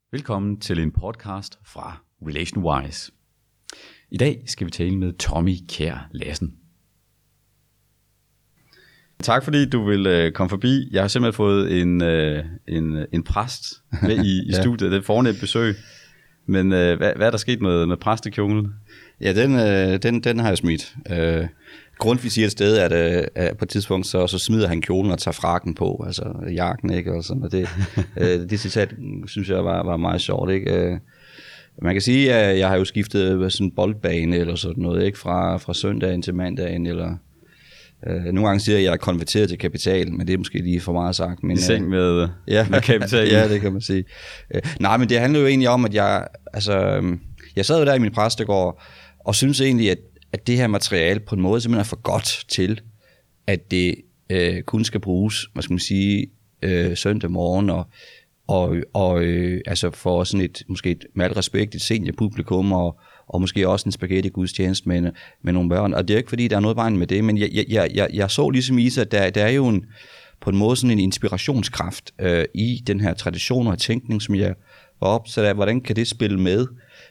Velkommen til en podcast fra RelationWise. I dag skal vi tale med Tommy Kjær Lassen. Tak fordi du vil komme forbi. Jeg har simpelthen fået en præst med i studiet. Det er et fornemt besøg. Men hvad er der sket med præstekjolen? Ja, den har jeg smidt. Grundtvig siger et sted, at på et tidspunkt, så smider han kjolen og tager frakken på, altså jakken, ikke? Og sådan, og det citat, synes jeg, var meget sjovt, ikke? Man kan sige, at jeg har jo skiftet sådan en boldbane eller sådan noget, ikke? Fra søndagen til mandagen, eller nogle gange siger jeg, at jeg er konverteret til kapital, men det er måske lige for meget sagt. Men, I seng med kapital. Ja, det kan man sige. Nej, men det handler jo egentlig om, at jeg sad jo der i min præstegård, og synes egentlig, at det her materiale på en måde simpelthen er for godt til, at det kun skal bruges, hvad skal man sige, søndag morgen, og altså for sådan et, måske med al respekt, et seniorpublikum, og måske også en spaghetti-gudstjeneste med nogle børn. Og det er ikke fordi, der er noget vejen med det, men jeg så ligesom i sig, at der er jo på en måde sådan en inspirationskraft i den her tradition og tænkning, som jeg var opsat af, hvordan kan det spille med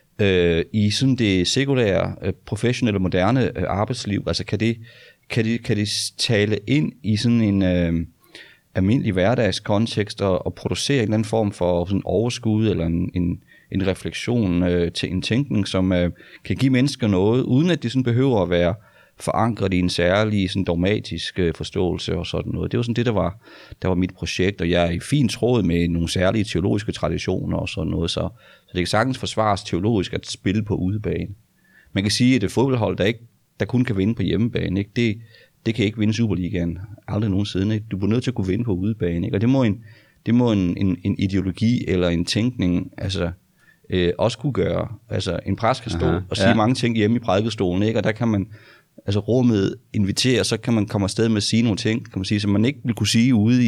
i sådan det sekulære, professionelle, moderne arbejdsliv. Altså kan det tale ind i sådan en almindelig hverdagskontekst og producere en eller anden form for sådan overskud eller en refleksion til en tænkning, som kan give mennesker noget, uden at det sådan behøver at være forankret i en særlig sådan dogmatisk forståelse og sådan noget. Det var sådan det, der var mit projekt, og jeg er i fin tråd med nogle særlige teologiske traditioner og sådan noget, så det kan sagtens forsvares teologisk at spille på udebane. Man kan sige, at et fodboldhold, der kun kan vinde på hjemmebane, ikke? Det kan ikke vinde Superligaen aldrig nogensinde. Ikke? Du bliver nødt til at kunne vinde på udebane, ikke? Og det må en ideologi eller en tænkning altså også kunne gøre. Altså en præst kan stå og sige mange ting hjemme i prædikestolen, ikke? Og der kan man altså rummet invitere, så kan man komme afsted med at sige nogle ting, kan man sige, som man ikke vil kunne sige ude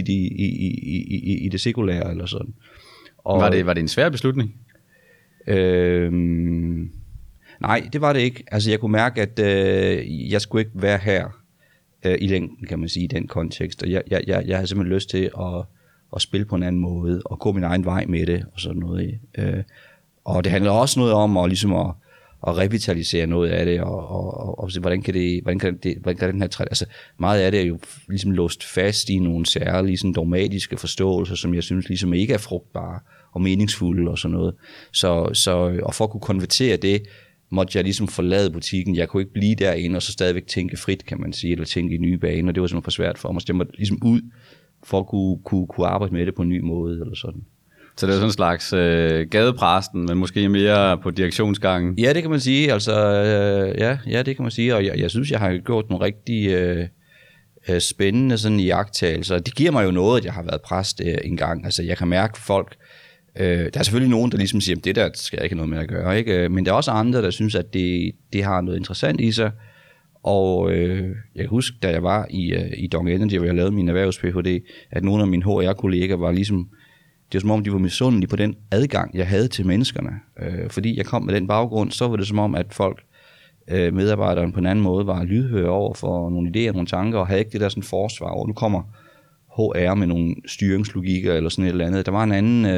i det sekulære eller sådan. Og var det en svær beslutning? Nej, det var det ikke. Altså jeg kunne mærke, at jeg skulle ikke være her i længden, kan man sige, i den kontekst. Og jeg havde simpelthen lyst til at spille på en anden måde, og gå min egen vej med det, og sådan noget. Og det handler også noget om at revitalisere noget af det, og se, hvordan kan den her altså meget af det er jo ligesom låst fast i nogle særlige sådan dogmatiske forståelser, som jeg synes ligesom ikke er frugtbare og meningsfulde og sådan noget. Så og for at kunne konvertere det, måtte jeg ligesom forlade butikken. Jeg kunne ikke blive derinde og så stadigvæk tænke frit, kan man sige, eller tænke i nye baner. Det var simpelthen for svært for mig. Så jeg måtte ligesom ud for at kunne arbejde med det på en ny måde eller sådan. Så det er sådan en slags gadepræsten, men måske mere på direktionsgangen? Ja, det kan man sige. Altså, ja, det kan man sige. Og jeg synes, jeg har gjort nogle rigtig spændende sådan iagttagelser. Det giver mig jo noget, at jeg har været præst engang. Altså, jeg kan mærke folk. Der er selvfølgelig nogen, der ligesom siger, at det der skal jeg ikke have noget med at gøre, ikke? Men der er også andre, der synes, at det har noget interessant i sig. Og jeg kan huske, da jeg var i Dong Energy, hvor jeg lavede min erhvervs-PhD, at nogle af mine HR-kolleger var ligesom, det var som om, de var misundelige på den adgang, jeg havde til menneskerne. Fordi jeg kom med den baggrund, så var det som om, at folk, medarbejderne på en anden måde, var lydhøre over for nogle idéer, nogle tanker, og havde ikke det der sådan forsvar over. Nu kommer HR med nogle styringslogikker eller sådan et eller andet. Der var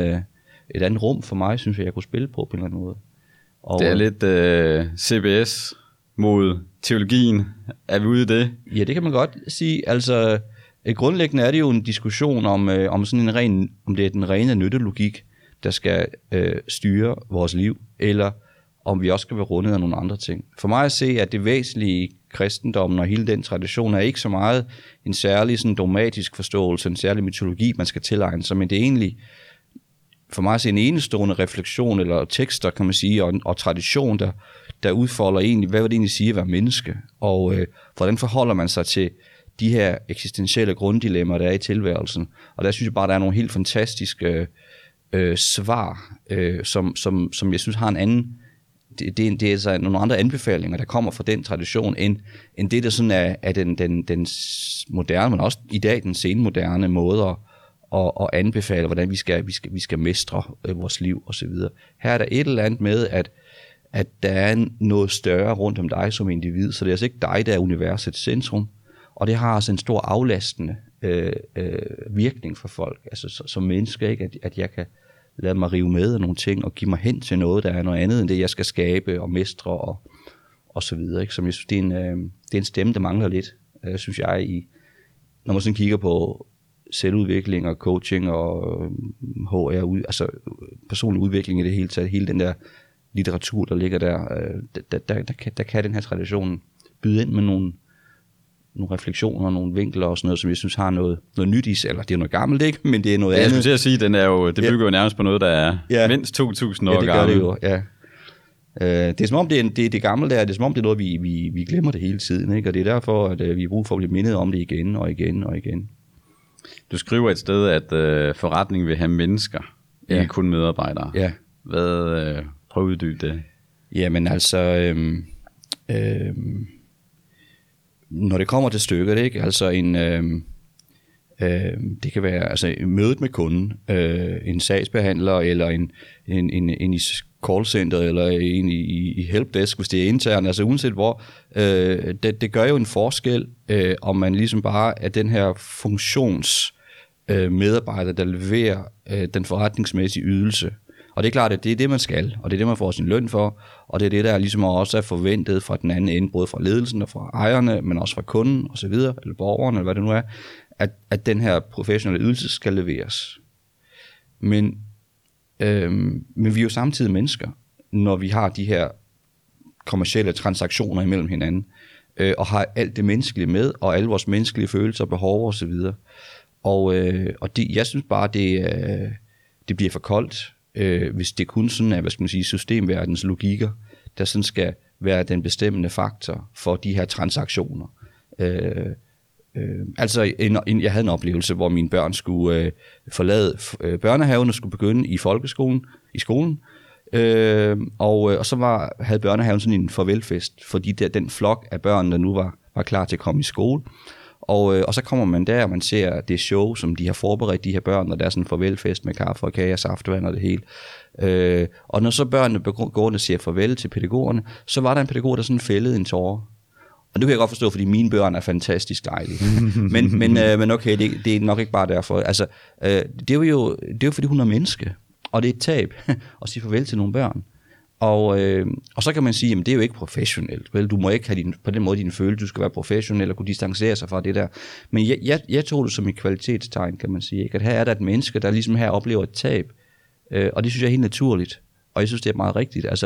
et andet rum for mig, synes jeg kunne spille på en eller anden måde. Og det er lidt CBS mod teologien. Er vi ude i det? Ja, det kan man godt sige. Altså, grundlæggende er det jo en diskussion om sådan om det er den rene nyttelogik, der skal styre vores liv, eller om vi også skal være rundet af nogle andre ting. For mig at se, at det væsentlige i kristendommen og hele den tradition er ikke så meget en særlig sådan dogmatisk forståelse, en særlig mytologi, man skal tilegne sig, men det er egentlig for mig at se en enestående refleksion eller tekster, kan man sige, og tradition, der udfolder egentlig, hvad vil det egentlig sige at være menneske, og hvordan forholder man sig til de her eksistentielle grunddilemmaer, der er i tilværelsen. Og der synes jeg bare, der er nogle helt fantastiske svar, som jeg synes har en anden, det er altså nogle andre anbefalinger, der kommer fra den tradition, end det, der sådan er den moderne, men også i dag den senmoderne måde at anbefale, hvordan vi skal mestre vores liv og så videre. Her er der et eller andet med, at der er noget større rundt om dig som individ, så det er altså ikke dig, der er universets centrum, og det har altså en stor aflastende virkning for folk, altså som menneske, ikke? At jeg kan lade mig rive med af nogle ting, og give mig hen til noget, der er noget andet, end det, jeg skal skabe og mestre, og så videre, ikke? Som jeg synes, det er en stemme, der mangler lidt, synes jeg, når man sådan kigger på selvudvikling og coaching og HR, altså personlig udvikling i det hele taget, hele den der litteratur, der ligger der kan den her tradition byde ind med nogle refleksioner og nogle vinkler og sådan noget, som jeg synes har noget nyt i sig, eller det er noget gammelt, ikke? Men det er noget andet. Jeg skulle til at sige, det bygger jo nærmest på noget, der er mindst 2.000 år gammelt. Ja, det gør det jo, ja. Det er som om det gamle der, det er som om det er noget, vi glemmer det hele tiden, ikke? Og det er derfor, at vi har brug for at blive mindet om det igen og igen og igen. Du skriver et sted, at forretningen vil have mennesker, ikke kun medarbejdere. Ja. Prøv at uddybe det. Jamen altså, når det kommer til stykket, ikke? Altså det kan være altså mødet med kunden, en sagsbehandler eller en i callcenter eller en i helpdesk, hvis det er internt, altså uanset hvor, det gør jo en forskel, om man ligesom bare er den her medarbejder, der leverer den forretningsmæssige ydelse. Og det er klart, at det er det, man skal, og det er det, man får sin løn for, og det er det, der ligesom også er forventet fra den anden ende, både fra ledelsen og fra ejerne, men også fra kunden og så videre, eller borgeren, eller hvad det nu er, at den her professionelle ydelse skal leveres. Men vi er jo samtidig mennesker, når vi har de her kommercielle transaktioner imellem hinanden, og har alt det menneskelige med, og alle vores menneskelige følelser, behov og så videre. Og jeg synes bare, det bliver for koldt, hvis det kun sådan er, hvad skal man sige, systemverdens logikker, der sådan skal være den bestemmende faktor for de her transaktioner. Altså, jeg havde en oplevelse, hvor mine børn skulle forlade børnehaven og skulle begynde i skolen, og så havde børnehaven sådan en farvelfest, fordi den flok af børn, der nu var klar til at komme i skole. Og så kommer man der, og man ser det show, som de har forberedt, de her børn, og der er sådan en farvelfest med kaffe og kage og saftvand og det hele. Og når så børnene går og siger farvel til pædagogerne, så var der en pædagog, der sådan fældede en tåre. Og det kan jeg godt forstå, fordi mine børn er fantastisk dejlige. men okay, det er nok ikke bare derfor. Altså, det er jo fordi hun er menneske, og det er et tab at sige farvel til nogle børn. Og så kan man sige, at det er jo ikke professionelt. Vel? Du må ikke have på den måde dine følelser, du skal være professionel og kunne distancere sig fra det der. Men jeg tog det som et kvalitetstegn, kan man sige. Ikke? At her er der et menneske, der ligesom her oplever et tab. Og det synes jeg er helt naturligt. Og jeg synes, det er meget rigtigt. Altså,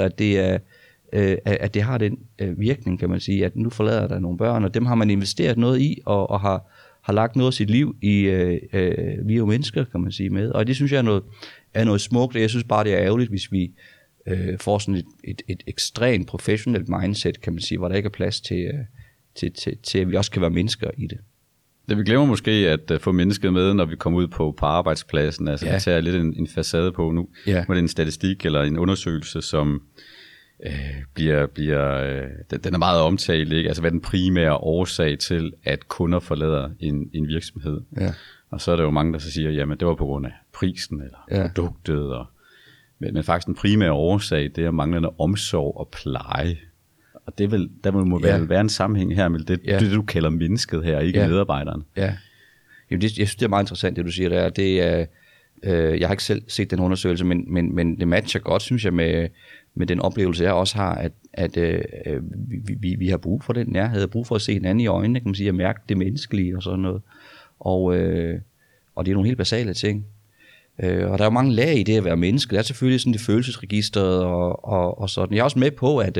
at det har den virkning, kan man sige. At nu forlader der nogle børn, og dem har man investeret noget i, og har lagt noget af sit liv i. Vi er jo mennesker, kan man sige, med. Og det synes jeg er noget smukt. Og jeg synes bare, det er ærgerligt, hvis vi får sådan et ekstremt professionelt mindset, kan man sige, hvor der ikke er plads til at vi også kan være mennesker i det. Det vi glemmer måske at få mennesket med, når vi kommer ud på arbejdspladsen. Altså vi tager lidt en facade på nu. Ja. Hvor det er en statistik eller en undersøgelse, som den er meget omtalt, ikke? Altså hvad er den primære årsag til, at kunder forlader en virksomhed. Ja. Og så er der jo mange, der så siger, jamen det var på grund af prisen eller produktet. Men faktisk den primære årsag, det er manglende omsorg og pleje. Og der må være en sammenhæng her med det du kalder mennesket her, ikke medarbejderen. Ja. Jamen jeg synes, det er meget interessant, det du siger der. Jeg har ikke selv set den undersøgelse, men det matcher godt, synes jeg, med den oplevelse, jeg også har, at vi har brug for den nærhed, brug for at se hinanden i øjnene, kan man sige, at mærke det menneskelige og sådan noget. Og det er nogle helt basale ting. Og der er jo mange lag i det at være menneske. Der er selvfølgelig sådan det følelsesregisteret og sådan. Jeg er også med på, at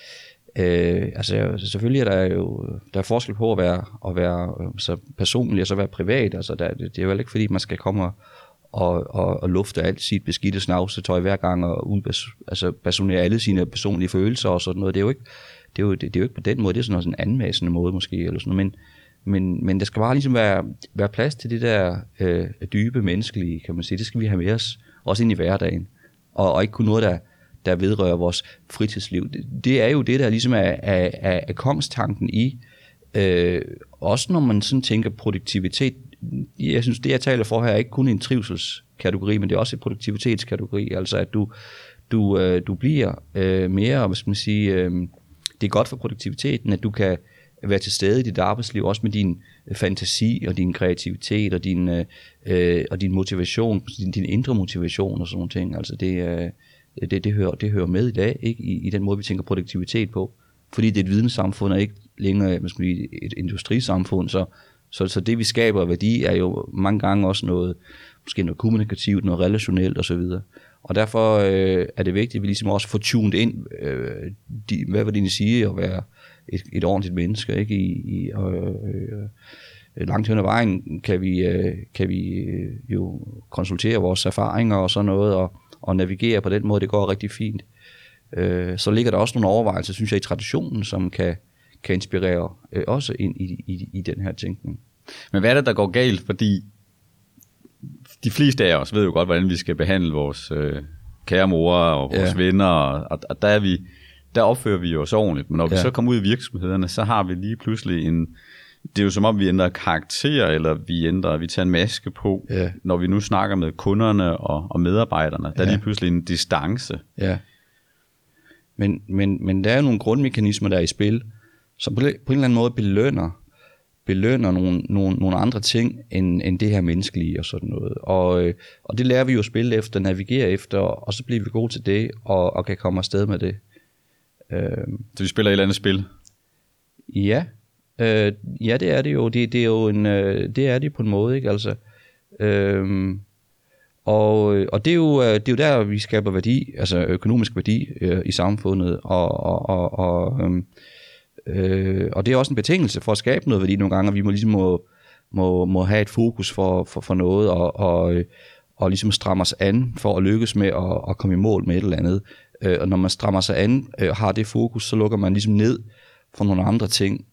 altså selvfølgelig er der er forskel på at være så personlig og så være privat. Altså det er jo ikke fordi man skal komme og lufte alt sit beskidte snavsetøj hver gang og personere alle sine personlige følelser og sådan noget. Det er jo ikke på den måde. Det er sådan en anmassende måde måske eller sådan noget. Men der skal bare ligesom være plads til det der dybe menneskelige, kan man sige. Det skal vi have med os, også ind i hverdagen. Og ikke kun noget, der vedrører vores fritidsliv. Det er jo det, der ligesom er kongstanken i. Også når man sådan tænker produktivitet. Jeg synes, det jeg taler for her er ikke kun en trivselskategori, men det er også en produktivitetskategori. Altså at du bliver mere, hvad skal man sige, det er godt for produktiviteten, at du kan være til stede i dit arbejdsliv, også med din fantasi og din kreativitet og din motivation, din indre motivation og sådan nogle ting. Altså det hører med i dag, ikke? I den måde, vi tænker produktivitet på. Fordi det er et videnssamfund, og ikke længere et industrisamfund, så det, vi skaber af værdi, er jo mange gange også noget, måske noget kommunikativt, noget relationelt osv. Og derfor er det vigtigt, at vi ligesom også får tunet ind, hvad vil det sige at være et ordentligt menneske, ikke? Langt hen ad vejen kan vi jo konsultere vores erfaringer og sådan noget, og navigere på den måde, det går rigtig fint. Så ligger der også nogle overvejelser, synes jeg, i traditionen, som kan inspirere også ind i den her tænkning. Men hvad er det, der går galt? Fordi de fleste af os ved jo godt, hvordan vi skal behandle vores kære mor og vores venner, og der opfører vi os ordentligt. Men når vi så kommer ud i virksomhederne, så har vi lige pludselig det er jo som om, vi ændrer karakter, eller vi tager en maske på, når vi nu snakker med kunderne og medarbejderne. Der er lige pludselig en distance. Ja. Men der er nogle grundmekanismer, der er i spil, som på en eller anden måde belønner nogle andre ting, end det her menneskelige og sådan noget. Og det lærer vi jo at spille efter, navigere efter, og så bliver vi gode til det, og kan komme afsted med det. Så vi spiller et eller andet spil? Ja, det er det jo. Det er jo det er det på en måde, ikke? Altså, og det er jo der, vi skaber værdi, altså økonomisk værdi i samfundet, og det er også en betingelse for at skabe noget værdi nogle gange, og vi må ligesom må have et fokus for noget, og ligesom stramme os an for at lykkes med at komme i mål med et eller andet. Og når man strammer sig an og har det fokus, så lukker man ligesom ned for nogle andre ting,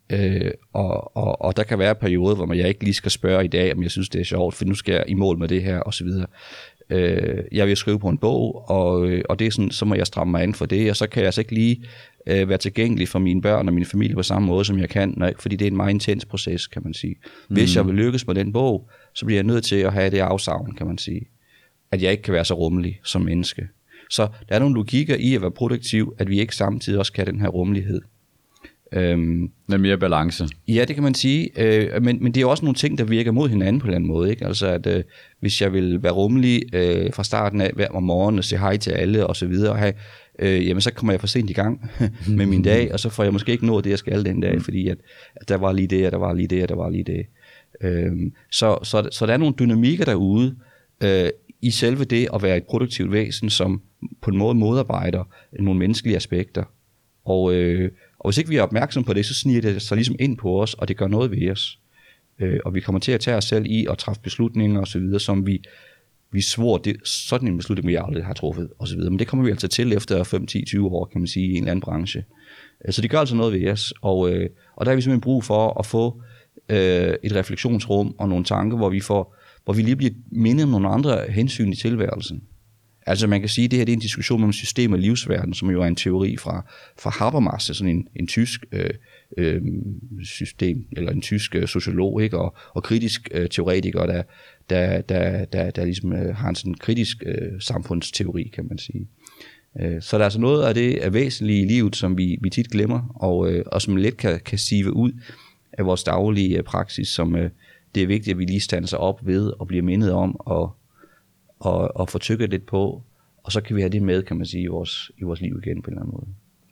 og der kan være perioder, hvor jeg ikke lige skal spørge i dag, om jeg synes, det er sjovt, for nu skal jeg i mål med det her, og så videre. Jeg vil skrive på en bog, og det er sådan, så må jeg stramme mig an for det, og så kan jeg altså ikke lige være tilgængelig for mine børn og min familie på samme måde, som jeg kan, fordi det er en meget intens proces, kan man sige. Hvis jeg vil lykkes med den bog, så bliver jeg nødt til at have det afsavn, kan man sige, at jeg ikke kan være så rummelig som menneske. Så der er nogle logikker i at være produktiv, at vi ikke samtidig også kan have den her rummelighed. Med mere balance. Ja, det kan man sige, men det er også nogle ting, der virker mod hinanden på den måde, ikke? Altså at hvis jeg vil være rummelig fra starten af hver om morgenen og sige hej til alle og så videre, jamen så kommer jeg for sent i gang med min dag, og så får jeg måske ikke nået det, jeg skal den dag, fordi at der var lige det, og der var lige det, og der var lige det. Så der er nogle dynamikker derude i selve det at være et produktivt væsen, som på en måde modarbejder nogle menneskelige aspekter. Og hvis ikke vi er opmærksom på det, så sniger det sig ligesom ind på os, og det gør noget ved os. Og vi kommer til at tage os selv i og træffe beslutninger og så videre, som vi svor, sådan en beslutning, vi aldrig har truffet og så videre. Men det kommer vi altså til efter 5, 10, 20 år, kan man sige, i en eller anden branche. Så det gør altså noget ved os, og der har vi simpelthen brug for at få et refleksionsrum og nogle tanker, hvor vi lige bliver mindet om nogle andre hensyn i tilværelsen. Altså man kan sige, at det her det er en diskussion mellem system og livsverden, som jo er en teori fra Habermas, sådan en tysk system, eller en tysk sociolog, ikke? Og kritisk teoretiker, der ligesom har en sådan kritisk samfundsteori, kan man sige. Så der er altså noget af det er væsentligt i livet, som vi tit glemmer, og som let kan sive ud af vores daglige praksis, som det er vigtigt, at vi lige standser sig op ved og bliver mindet om, og få tykket lidt på, og så kan vi have det med, kan man sige, i vores liv igen på en eller anden måde.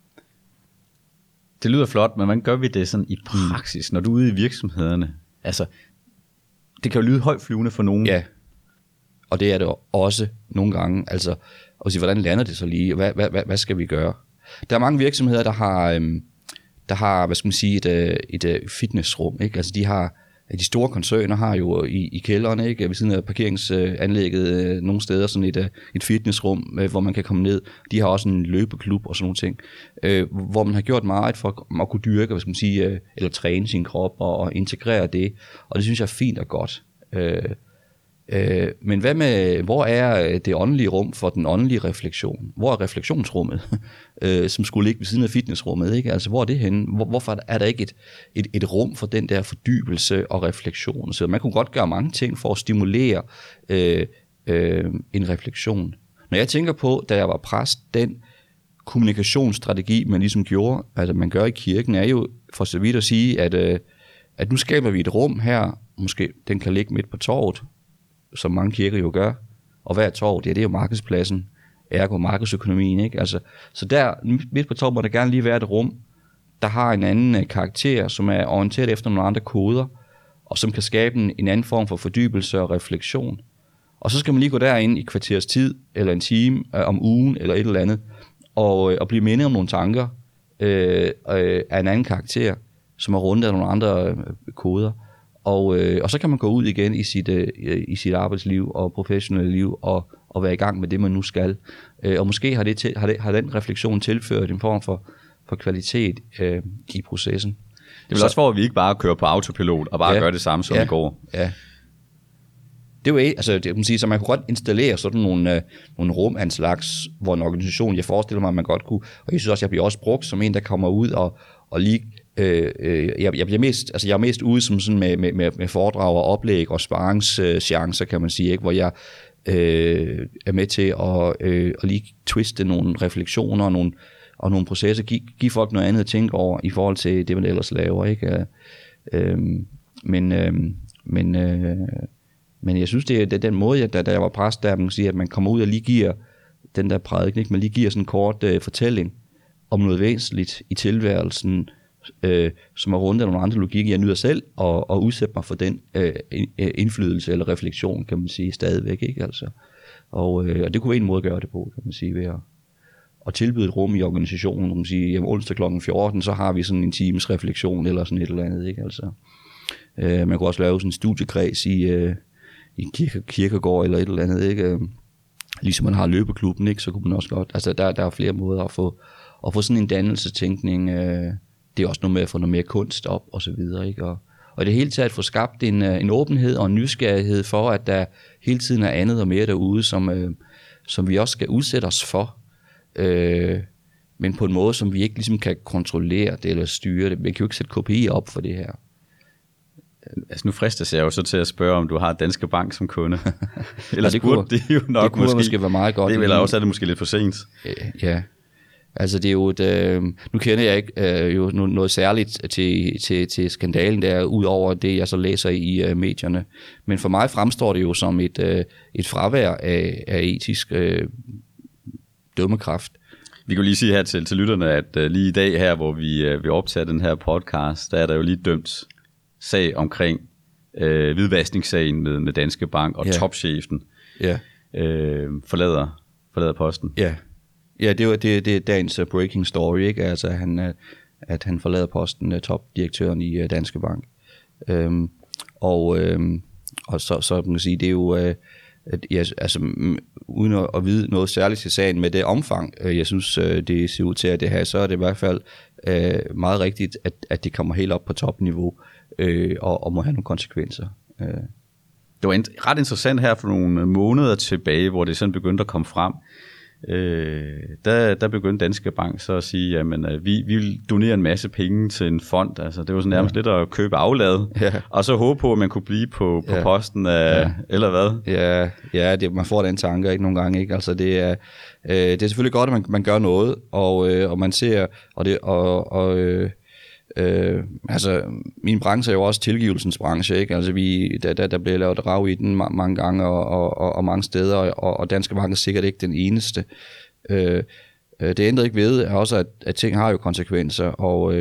Det lyder flot, men hvordan gør vi det sådan i praksis, når du er ude i virksomhederne? Altså, det kan jo lyde højtflyvende for nogen. Ja, og det er det også nogle gange. Altså, og sige, hvordan lander det så lige? Hvad skal vi gøre? Der er mange virksomheder, der har hvad skal man sige, et fitnessrum, ikke? Altså, de store koncerner har jo i kælderen, ikke, ved siden af parkeringsanlægget nogle steder sådan et fitnessrum, hvor man kan komme ned. De har også en løbeklub og sådan nogle ting, hvor man har gjort meget for at kunne dyrke, hvad skal man sige, eller træne sin krop og integrere det. Og det synes jeg er fint og godt. Men hvor er det åndelige rum for den åndelige refleksion? Hvor er refleksionsrummet, som skulle ligge ved siden af fitnessrummet? Ikke? Altså, hvor er det henne? Hvorfor er der ikke et rum for den der fordybelse og refleksion? Så man kunne godt gøre mange ting for at stimulere en refleksion. Når jeg tænker på, da jeg var præst, den kommunikationsstrategi, man ligesom gjorde, altså man gør i kirken, er jo for så vidt at sige, at nu skaber vi et rum her, måske den kan ligge midt på torvet, som mange kirker jo gør, og hvad er torvet? Ja, det er jo markedspladsen, ergo markedsøkonomien, ikke? Altså, så der midt på torvet må der gerne lige være et rum, der har en anden karakter, som er orienteret efter nogle andre koder, og som kan skabe en anden form for fordybelse og refleksion. Og så skal man lige gå derind i kvarters tid, eller en time om ugen, eller et eller andet, og blive mindet om nogle tanker af en anden karakter, som er rundt af nogle andre koder. Og så kan man gå ud igen i sit arbejdsliv og professionelle liv, og være i gang med det, man nu skal. Og måske har den refleksion tilført en form for kvalitet i processen. Det er vel også for, at vi ikke bare kører på autopilot og bare gør det samme som i går. Ja. Det er jo altså, det kan sige, så man kunne godt installere sådan nogle rum af en slags, hvor en organisation, jeg forestiller mig, at man godt kunne, og jeg synes også, jeg bliver også brugt som en, der kommer ud og lige, jeg er mest ude som sådan med foredrag og oplæg og sparringschancer, kan man sige, ikke? Hvor jeg er med til at lige twiste nogle refleksioner og nogle processer, give folk noget andet at tænke over i forhold til det, man ellers laver, ikke? Men jeg synes, det er den måde, da jeg var præst, der man kan sige, at man kommer ud og lige giver den der prædiken, ikke? Man lige giver sådan en kort fortælling om noget væsentligt i tilværelsen, som er rundt af nogle andre logikker. Jeg nyder selv og udsætte mig for den indflydelse eller refleksion, kan man sige, stadigvæk, ikke? Altså. Og det kunne være en måde at gøre det på, kan man sige, ved at tilbyde et rum i organisationen. Man kan sige, jamen, onsdag kl. 14, så har vi sådan en times refleksion eller sådan et eller andet, ikke? Altså. Man kunne også lave sådan en studiekreds i kirkegård eller et eller andet, ikke? Ligesom man har løbeklubben, ikke? Så kunne man også godt, altså der er flere måder at få sådan en dannelsetænkning. Det er også noget med at få noget mere kunst op og så videre, ikke? Og det hele taget få skabt en åbenhed og en nysgerrighed for, at der hele tiden er andet og mere derude, som vi også skal udsætte os for, men på en måde, som vi ikke ligesom kan kontrollere det eller styre det. Vi kan jo ikke sætte KPI op for det her. Altså nu fristes jeg jo så til at spørge, om du har Danske Bank som kunde. Ellers det burde det jo nok det måske være meget godt. Det vil også, er det måske lidt for sent. Ja, altså det er jo nu kender jeg ikke jo noget særligt til skandalen der, ud over det, jeg så læser i medierne. Men for mig fremstår det jo som et fravær af etisk dømmekraft. Vi kan lige sige her til lytterne, at lige i dag her, hvor vi optager den her podcast, der er der jo lige dømt sag omkring hvidvaskningssagen med Danske Bank, og topchefen forlader posten. Ja, det er dagens breaking story, ikke? Altså at han forlader posten, topdirektøren i Danske Bank. Og så kan man sige, det er jo altså uden at vide noget særligt til sagen med det omfang, jeg synes det ser ud til at det her, så er det i hvert fald meget rigtigt, at det kommer helt op på topniveau og må have nogle konsekvenser. Det var ret interessant her for nogle måneder tilbage, hvor det sådan begyndte at komme frem. Der begyndte Danske Bank så at sige, jamen vi vil donere en masse penge til en fond. Altså det var sådan nærmest lidt at købe aflad, og så håbe på, at man kunne blive på posten af, eller hvad? Ja, man får den tanke ikke nogle gange, ikke? Altså det er selvfølgelig godt, at man gør noget, og man ser altså min branche er jo også tilgivelsens branche, ikke? Altså der bliver lavet rav i den mange gange og mange steder, og Danske Bank er sikkert ikke den eneste. Det ændrer ikke ved også, at ting har jo konsekvenser, og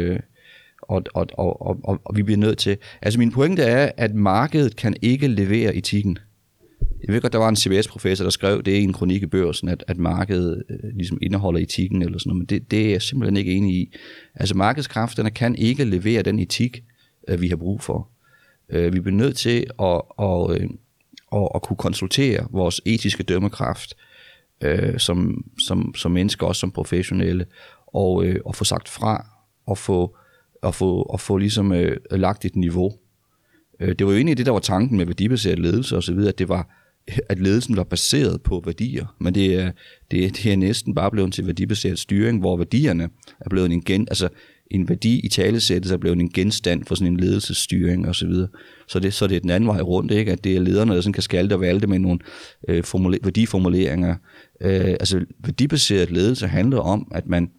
vi bliver nødt til. Altså min pointe er, at markedet kan ikke levere etikken. Jeg ved godt, der var en CBS-professor, der skrev det i en kronik i Børsen, at markedet ligesom indeholder etikken eller sådan noget, men det er jeg simpelthen ikke enig i. Altså markedskræfterne kan ikke levere den etik, vi har brug for. Vi bliver nødt til at kunne konsultere vores etiske dømmekraft som mennesker, også som professionelle, og få sagt fra, og få ligesom lagt et niveau. Det var jo egentlig det, der var tanken med værdibaseret ledelse og så videre, at ledelsen var baseret på værdier, men det er næsten bare blevet til værdibaseret styring, hvor værdierne er blevet en værdi i talesættelse er blevet en genstand for sådan en ledelsesstyring og så videre. Så det er den anden vej rundt, ikke? At det er lederne, der sådan kan skalte og valte med nogle værdiformuleringer. Altså værdibaseret ledelse handler om, at man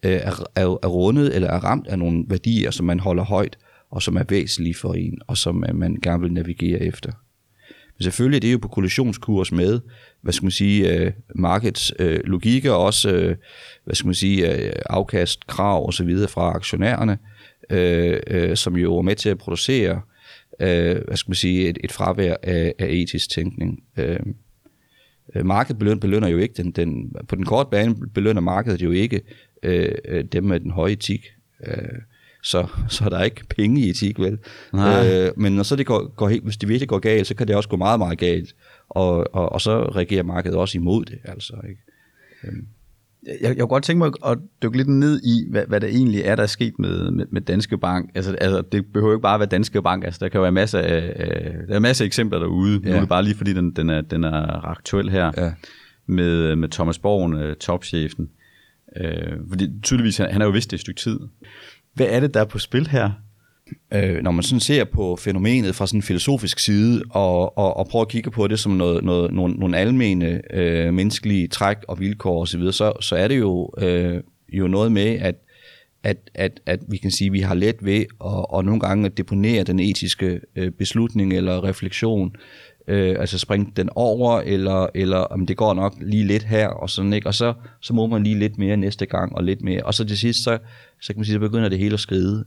er rundet eller er ramt af nogle værdier, som man holder højt, og som er væsentlige for en, og som man gerne vil navigere efter. Men selvfølgelig er det jo på kollisionskurs med, markedets logik, og også, afkast, krav og så videre fra aktionærerne, som jo er med til at producere, et fravær af etisk tænkning. Markedet belønner jo ikke på den korte bane belønner markedet jo ikke dem med den høje etik. Så er der ikke penge i etik, vel? Men når så det går helt, hvis det virkelig går galt, så kan det også gå meget, meget galt. Og så reagerer markedet også imod det, altså, ikke? Jeg kunne godt tænke mig at dykke lidt ned i, hvad der egentlig er, der er sket med Danske Bank. Altså, det behøver jo ikke bare være Danske Bank. Altså, der kan jo være masser af eksempler derude. Ja. Nu er det bare lige fordi, den er aktuel her. Ja. Med Thomas Borgen, topchefen. Fordi tydeligvis, han har jo vidst det et stykke tid. Hvad er det, der er på spil her? Når man sådan ser på fænomenet fra sådan en filosofisk side, og prøver at kigge på det som nogle almene menneskelige træk og vilkår osv., så er det jo noget med, at vi kan sige, at vi har let ved og nogle gange at deponere den etiske beslutning eller refleksion, altså springe den over, eller om det går nok lige lidt her, og sådan, ikke? Og så må man lige lidt mere næste gang, og lidt mere, og så til sidst, så kan man sige, så begynder det hele at skride.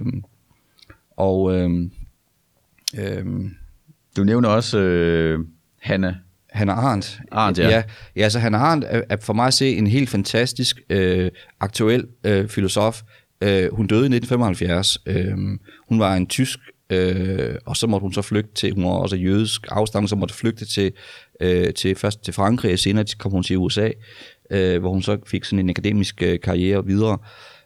Du nævner også Hannah Arendt. Ja, så Hannah Arendt er for mig at se en helt fantastisk aktuel filosof. Hun døde i 1975. Hun var en tysk, og så måtte hun så flygte til, hun var også jødisk afstamning, så måtte flygte først til Frankrig, og senere kom hun til USA, hvor hun så fik sådan en akademisk karriere videre.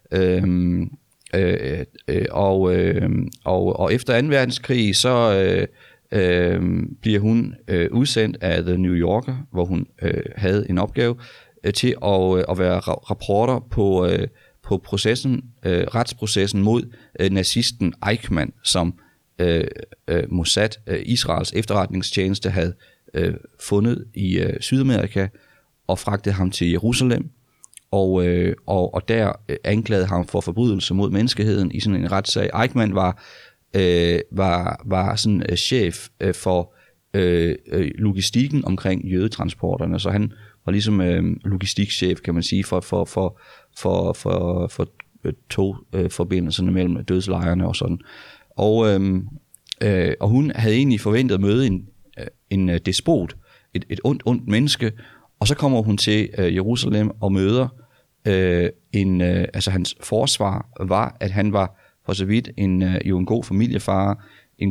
Og efter 2. verdenskrig, så bliver hun udsendt af The New Yorker, hvor hun havde en opgave til at være rapporter på processen, retsprocessen mod nazisten Eichmann, som Mossad, Israels efterretningstjeneste, havde fundet i Sydamerika og fragtede ham til Jerusalem. Og der anklagede ham for forbrydelse mod menneskeheden i sådan en retssag. Eichmann var sådan chef for logistikken omkring jødetransporterne, så han var ligesom logistikchef, kan man sige, for togforbindelserne mellem dødslejrene og sådan. Og hun havde egentlig forventet at møde en despot, et ondt menneske, og så kommer hun til Jerusalem og møder hans forsvar var, at han var for så vidt en god familiefar, en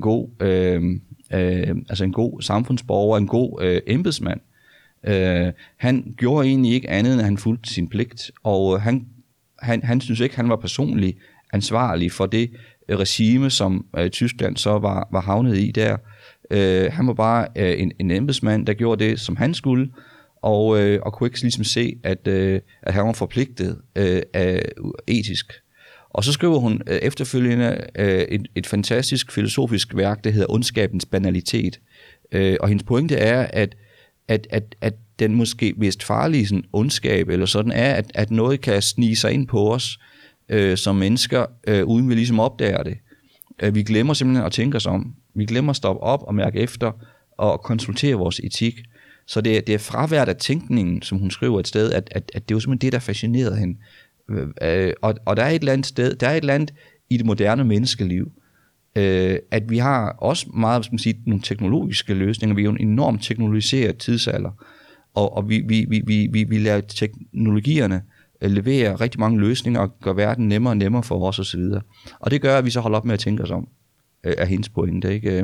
god samfundsborger, en god embedsmand. Han gjorde egentlig ikke andet, end at han fulgte sin pligt, og han synes ikke, han var personligt ansvarlig for det regime, som Tyskland så var havnet i der. Han var bare en embedsmand, der gjorde det, som han skulle, og kunne ikke ligesom se, at han var forpligtet etisk. Og så skriver hun efterfølgende et fantastisk filosofisk værk, der hedder Ondskabens banalitet. Og hendes pointe er, at den måske mest farlige sådan, ondskab, eller sådan er, at noget kan snige sig ind på os som mennesker, uden vi ligesom opdager det. Vi glemmer simpelthen at tænke os om. Vi glemmer at stoppe op og mærke efter, og konsultere vores etik. Så det er fraværet af tænkningen, som hun skriver et sted, at det er jo simpelthen det, der fascinerede hende. Og der er et eller andet sted, der er et eller andet i det moderne menneskeliv, at vi har også meget, nogle teknologiske løsninger. Vi er jo en enormt teknologiseret tidsalder, og vi lader teknologierne levere rigtig mange løsninger og gør verden nemmere og nemmere for os osv. Og det gør, at vi så holder op med at tænke os om, af hendes pointe, ikke?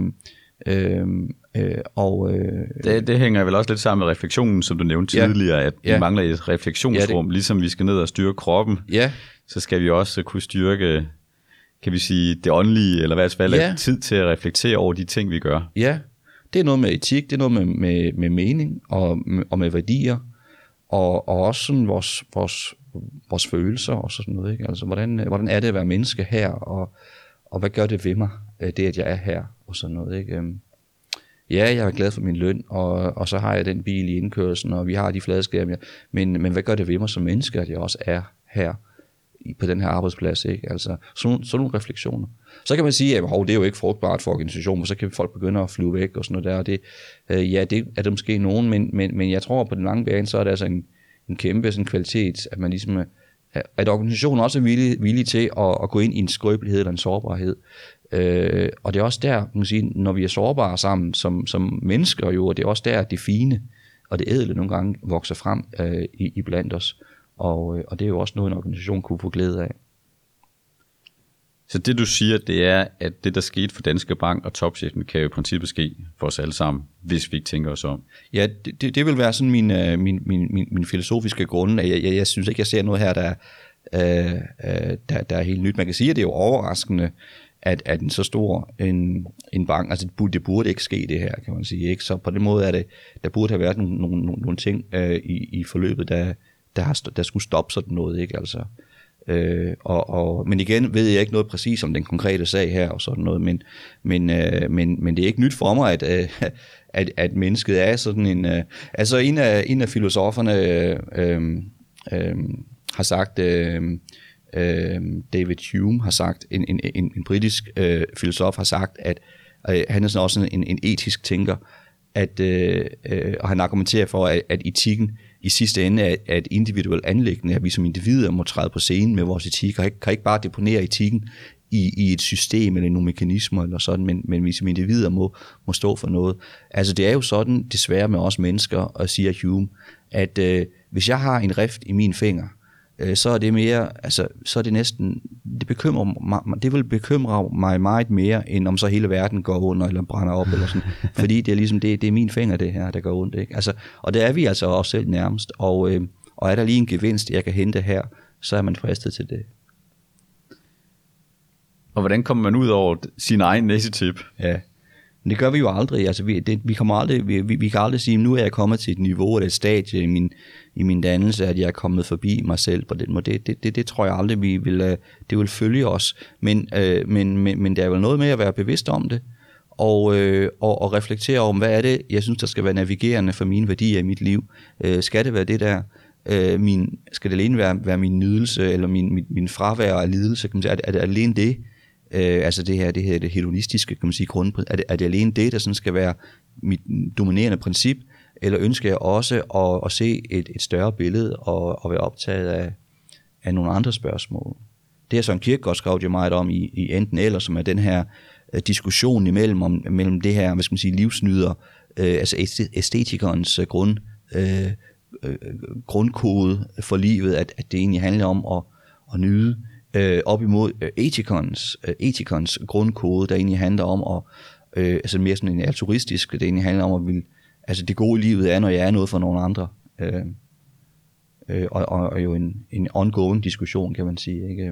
Det hænger vel også lidt sammen med refleksionen, som du nævnte tidligere, at vi mangler et refleksionsrum, ligesom vi skal ned og styre kroppen, så skal vi også kunne styrke, kan vi sige, det åndelige, eller hvad fald tid til at reflektere over de ting, vi gør. Ja, det er noget med etik, det er noget med mening og med værdier, og også sådan vores følelser og sådan noget, ikke? Altså, hvordan er det at være menneske her, og hvad gør det ved mig, det at jeg er her, og sådan noget, ikke? Ja, jeg er glad for min løn, og så har jeg den bil i indkørslen, og vi har de fladskærme, men hvad gør det ved mig som menneske, at jeg også er her på den her arbejdsplads, ikke? Altså sådan nogle refleksioner. Så kan man sige, at det er jo ikke frugtbart for organisationen, så kan folk begynde at flyve væk og sådan noget der, og det, det er det måske nogen, men jeg tror på den lange bane, så er det altså en kæmpe sådan kvalitet, at man ligesom, at organisationen også er villig til at gå ind i en skrøbelighed eller en sårbarhed. Og det er også der, man kan sige, når vi er sårbare sammen som mennesker jo, og det er også der, at det fine og det ædle nogle gange vokser frem i blandt os. Og det er jo også noget, en organisation kunne få glæde af. Så det du siger, det er, at det der skete for Danske Bank og topchefen, kan jo i princippet ske for os alle sammen, hvis vi ikke tænker os om. Ja, det vil være sådan min filosofiske grunde. Jeg synes ikke, jeg ser noget her, der er helt nyt. Man kan sige, at det er jo overraskende, at en så stor en bank, altså det burde ikke ske det her, kan man sige, ikke? Så på den måde er det, der burde have været nogle ting i forløbet, der skulle stoppe sådan noget, ikke? Altså, men igen ved jeg ikke noget præcis om den konkrete sag her og sådan noget, men det er ikke nyt for mig, at mennesket er sådan en, altså en af filosoferne har sagt, David Hume har sagt, en britisk filosof har sagt, at han er sådan også en etisk tænker, og han argumenterer for, at etikken i sidste ende er et individuelt anliggende, at vi som individer må træde på scenen med vores etik, og kan ikke bare deponere etikken i et system eller nogle mekanismer eller sådan, men vi som individer må stå for noget. Altså det er jo sådan, desværre med os mennesker, og siger Hume, at hvis jeg har en rift i min finger, så er det mere, altså så er det næsten, det vil bekymre mig meget mere, end om så hele verden går under eller brænder op eller sådan, fordi det er ligesom det er min finger det her, der går ondt, ikke? Altså, og det er vi altså også selv nærmest, og er der lige en gevinst, jeg kan hente her, så er man fristet til det. Og hvordan kommer man ud over sin egen næsetip? Ja. Men det gør vi jo aldrig. Altså vi kan aldrig sige, nu er jeg kommet til et niveau eller et stadie i min dannelse, at jeg er kommet forbi mig selv på den måde. Det tror jeg aldrig, det vil følge os. Men der er jo noget med at være bevidst om det, og reflektere om, hvad er det, jeg synes, der skal være navigerende for mine værdier i mit liv. Skal det være det der? Skal det alene være min nydelse, eller min fravær af lidelse? Kan man sige, er det alene det? Altså det hedonistiske, kan man sige, er det alene det, der sådan skal være mit dominerende princip, eller ønsker jeg også at se et større billede og være optaget af nogle andre spørgsmål? Det har Søren Kierkegaard skrevet jo meget om i Enten Eller, som er den her diskussion imellem det her, hvad skal man sige, livsnyder, altså æstetikernes grundkode for livet, at det egentlig handler om at nyde, op imod etikernes grundkode, der egentlig handler om altså mere sådan en altruistisk, det egentlig handler om at ville, altså det gode i livet er, når jeg er noget for nogle andre, og jo en ongoing diskussion, kan man sige, ikke?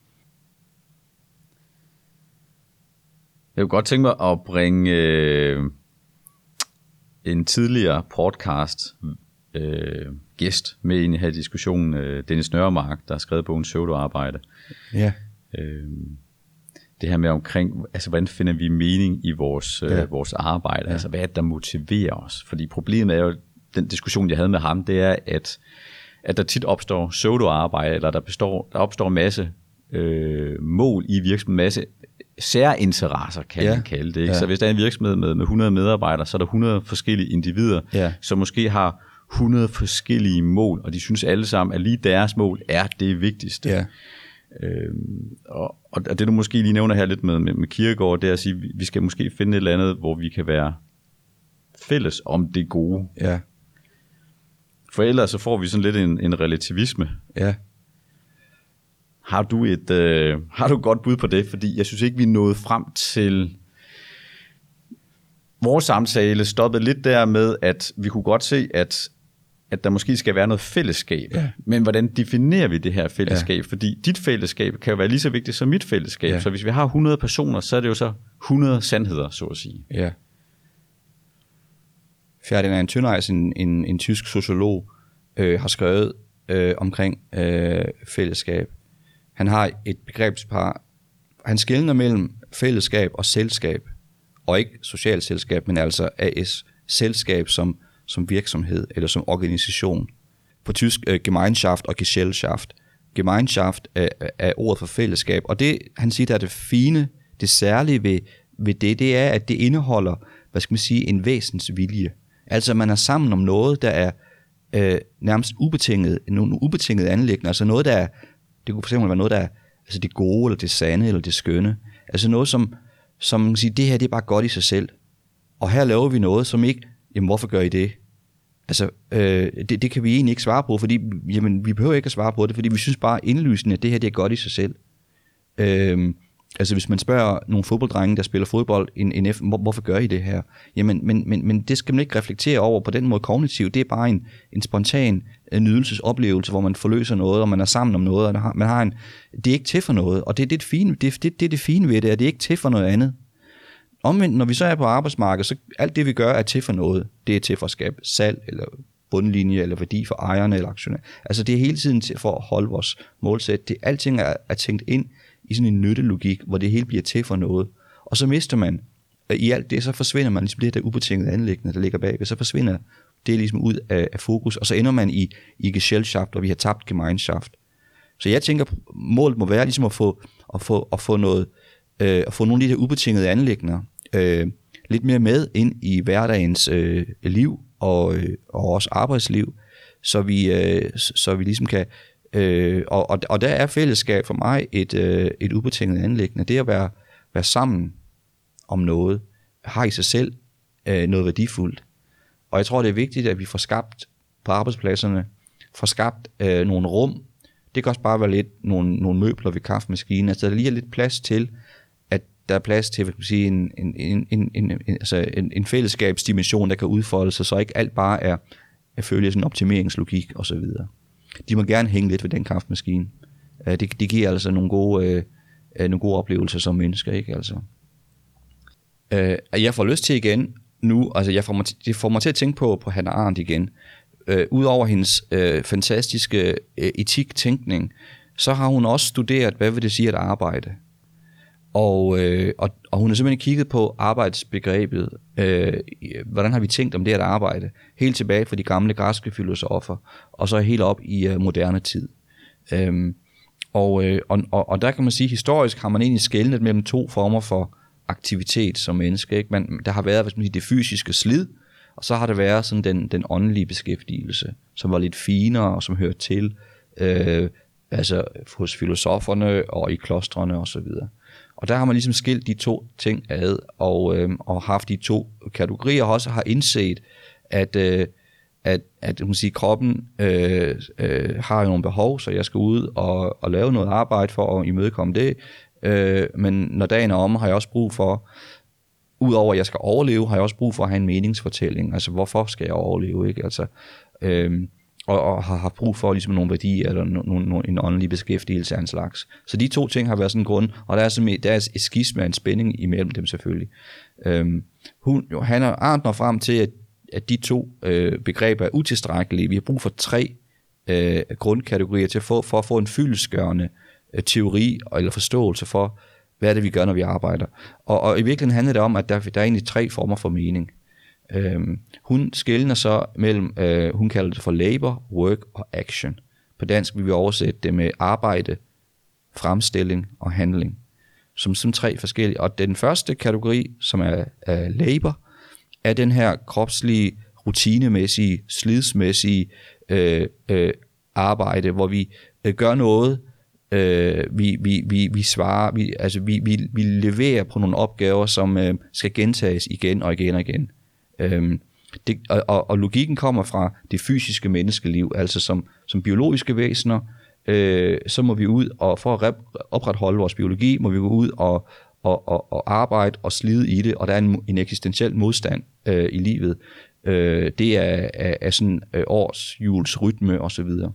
Jeg kunne godt tænke mig at bringe en tidligere podcast gæst med ind i her diskussionen, Dennis Nørremark, der har skrevet bogen Pseudoarbejde. Ja. Det her med omkring, altså hvordan finder vi mening i vores arbejde, altså hvad er det, der motiverer os? Fordi problemet er jo, den diskussion, jeg havde med ham, det er, at der tit opstår pseudoarbejde, eller der opstår en masse mål i virksomheden, masse særinteresser, kan man kalde det. Ikke? Så hvis der er en virksomhed med 100 medarbejdere, så er der 100 forskellige individer, som måske har 100 forskellige mål, og de synes alle sammen, at lige deres mål er det vigtigste. Ja. Og det du måske lige nævner her lidt med Kierkegaard, det er at sige, at vi skal måske finde et eller andet, hvor vi kan være fælles om det gode. Ja. For ellers så får vi sådan lidt en relativisme. Ja. Har du et godt bud på det? Fordi jeg synes ikke, vi er nået frem til vores samtale, stoppede lidt der med, at vi kunne godt se, at der måske skal være noget fællesskab. Ja. Men hvordan definerer vi det her fællesskab? Ja. Fordi dit fællesskab kan jo være lige så vigtigt som mit fællesskab. Ja. Så hvis vi har 100 personer, så er det jo så 100 sandheder, så at sige. Ja. Ferdinand Tönnies, en tysk sociolog, har skrevet omkring fællesskab. Han har et begrebspar. Han skelner mellem fællesskab og selskab. Og ikke socialt selskab, men altså AS. Selskab som virksomhed eller som organisation. På tysk Gemeinschaft og Gesellschaft. Gemeinschaft af ordet for fællesskab. Og det, han siger, der er det fine, det særlige ved det er, at det indeholder, hvad skal man sige, en væsensvilje. Altså man er sammen om noget, der er nærmest ubetinget, nogle ubetingede anliggender. Altså noget, der er, det kunne for eksempel være noget, der er altså det gode, eller det sande, eller det skønne. Altså noget, som man kan sige, det her det er bare godt i sig selv. Og her laver vi noget, som ikke, jamen hvorfor gør I det? Altså, det kan vi egentlig ikke svare på, fordi jamen, vi behøver ikke at svare på det, fordi vi synes bare indlysende, at det her det er godt i sig selv. Altså hvis man spørger nogle fodbolddrenge, der spiller fodbold, hvorfor gør I det her? Jamen, men det skal man ikke reflektere over på den måde kognitivt. Det er bare en spontan nydelsesoplevelse, hvor man forløser noget, og man er sammen om noget, og man har det er ikke til for noget, og det er det fine, det er det fine ved det, at det er ikke til for noget andet. Omvendt, når vi så er på arbejdsmarkedet, så alt det vi gør er til for noget. Det er til for at skabe salg, eller bundlinje, eller værdi for ejerne eller aktionærer. Altså det er hele tiden til for at holde vores målsæt. Alting er tænkt ind i sådan en nyttelogik, hvor det hele bliver til for noget. Og så mister man i alt det, så forsvinder man ligesom det der ubetingede anliggende, der ligger bagved, så forsvinder det ligesom ud af fokus, og så ender man i Gesellschaft, og vi har tabt Gemeinschaft. Så jeg tænker, målet må være ligesom at få noget, at få nogle af de der ubetingede anliggender lidt mere med ind i hverdagens liv og også arbejdsliv, så vi ligesom kan og der er fællesskab for mig et ubetinget anliggende. Det at være sammen om noget har i sig selv noget værdifuldt. Og jeg tror det er vigtigt at vi får skabt på arbejdspladserne, får skabt nogle rum. Det kan også bare være lidt nogle møbler ved kaffemaskinen. Altså der lige er lidt plads til, at der er plads til, hvad skal man sige, en fællesskabsdimension, der kan udfolde sig, så ikke alt bare er at følge sådan en optimeringslogik og så videre. De må gerne hænge lidt ved den kaffemaskine. Det giver altså nogle gode oplevelser som mennesker, ikke altså. Jeg får lyst til igen nu, altså det får mig til at tænke på Hannah Arendt igen. Udover hendes fantastiske etiktænkning, så har hun også studeret, hvad vil det sige at arbejde. Og hun har simpelthen kigget på arbejdsbegrebet. Hvordan har vi tænkt om det at arbejde? Helt tilbage fra de gamle græske filosofer, og så helt op i moderne tid. Og der kan man sige, historisk har man egentlig skelnet mellem to former for aktivitet som menneske. Ikke? Der har været det fysiske slid, og så har det været sådan den åndelige beskæftigelse, som var lidt finere og som hørte til altså hos filosoferne og i klostrene og så videre. Og der har man ligesom skilt de to ting ad og haft de to kategorier, og også har indset at man siger, kroppen har jo nogle behov, så jeg skal ud og lave noget arbejde for at imødekomme det. Men når dagen er omme, har jeg også brug for, udover at jeg skal overleve, har jeg også brug for at have en meningsfortælling. Altså hvorfor skal jeg overleve, ikke? Altså og har brug for ligesom nogle værdier eller en åndelig beskæftigelse af en slags. Så de to ting har været sådan en grund, og der er et skisma, en spænding imellem dem selvfølgelig. Hannah Arendt når frem til, at de to begreber er utilstrækkelige. Vi har brug for 3 grundkategorier for at få en fyldestgørende teori eller forståelse for, hvad er det, vi gør, når vi arbejder. Og i virkeligheden handler det om, at der er egentlig 3 former for mening. Hun skelner så mellem, hun kalder det for labor, work og action. På dansk vil vi oversætte det med arbejde, fremstilling og handling. Som 3 forskellige. Og den første kategori, som er labor, er den her kropslige, rutinemæssige, slidsmæssige arbejde, hvor vi gør noget, vi svarer, vi leverer på nogle opgaver, som skal gentages igen og igen og igen. Og logikken kommer fra det fysiske menneskeliv, altså som biologiske væsener, så må vi ud, og for at opretholde vores biologi, må vi gå ud og arbejde og slide i det, og der er en eksistentiel modstand i livet. Det er sådan årsjuls rytme og så videre.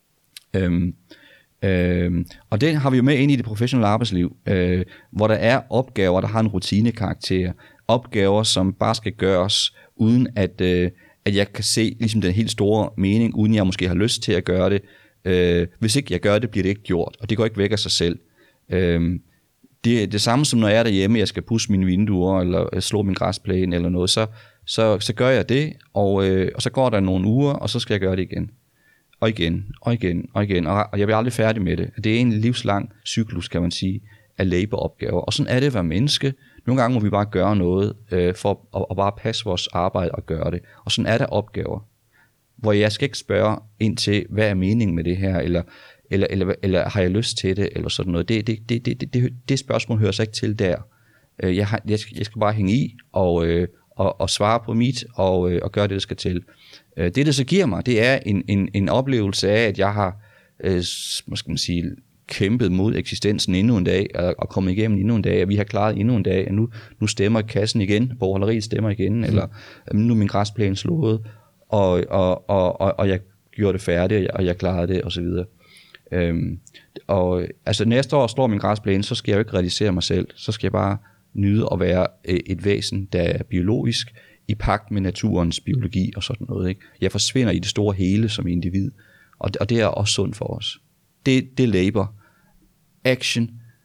Og det har vi jo med ind i det professionelle arbejdsliv, hvor der er opgaver, der har en rutinekarakter, opgaver, som bare skal gøres, uden at jeg kan se ligesom den helt store mening, uden jeg måske har lyst til at gøre det. Hvis ikke jeg gør det, bliver det ikke gjort, og det går ikke væk af sig selv. Det er det samme som når jeg er derhjemme, jeg skal pudse mine vinduer, eller slå min græsplæne eller noget, så gør jeg det, og så går der nogle uger, og så skal jeg gøre det igen. og igen, og igen, og igen, og jeg bliver aldrig færdig med det. Det er en livslang cyklus, kan man sige, af laboropgaver, og sådan er det at være menneske. Nogle gange må vi bare gøre noget, for at bare passe vores arbejde og gøre det, og sådan er der opgaver, hvor jeg skal ikke spørge ind til, hvad er meningen med det her, eller har jeg lyst til det, eller sådan noget. Det spørgsmål hører sig ikke til der. Jeg skal bare hænge i, og svare på mit, og gøre det, der skal til. Det så giver mig, det er en oplevelse af, at jeg har, hvad skal man sige, kæmpet mod eksistensen endnu en dag, og kommet igennem endnu en dag, og vi har klaret endnu en dag, og nu stemmer kassen igen, bogholderiet stemmer igen, eller nu er min græsplæne slået, og jeg gjorde det færdigt, og jeg klarede det, og så videre. Og altså næste år slår min græsplæne, så skal jeg jo ikke realisere mig selv, så skal jeg bare nyde at være et væsen, der er biologisk, i pagt med naturens biologi og sådan noget. Ikke? Jeg forsvinder i det store hele som individ, og det er også sundt for os. Det er labor. Action,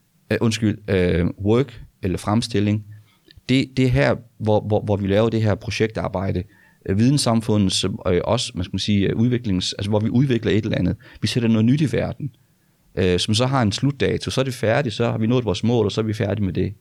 work eller fremstilling, det er her, hvor vi laver det her projektarbejde. Videnssamfundets også, man skal sige, altså hvor vi udvikler et eller andet. Vi sætter noget nyt i verden, som så har en slutdato. Så er det færdigt, så har vi nået vores mål, og så er vi færdige med det.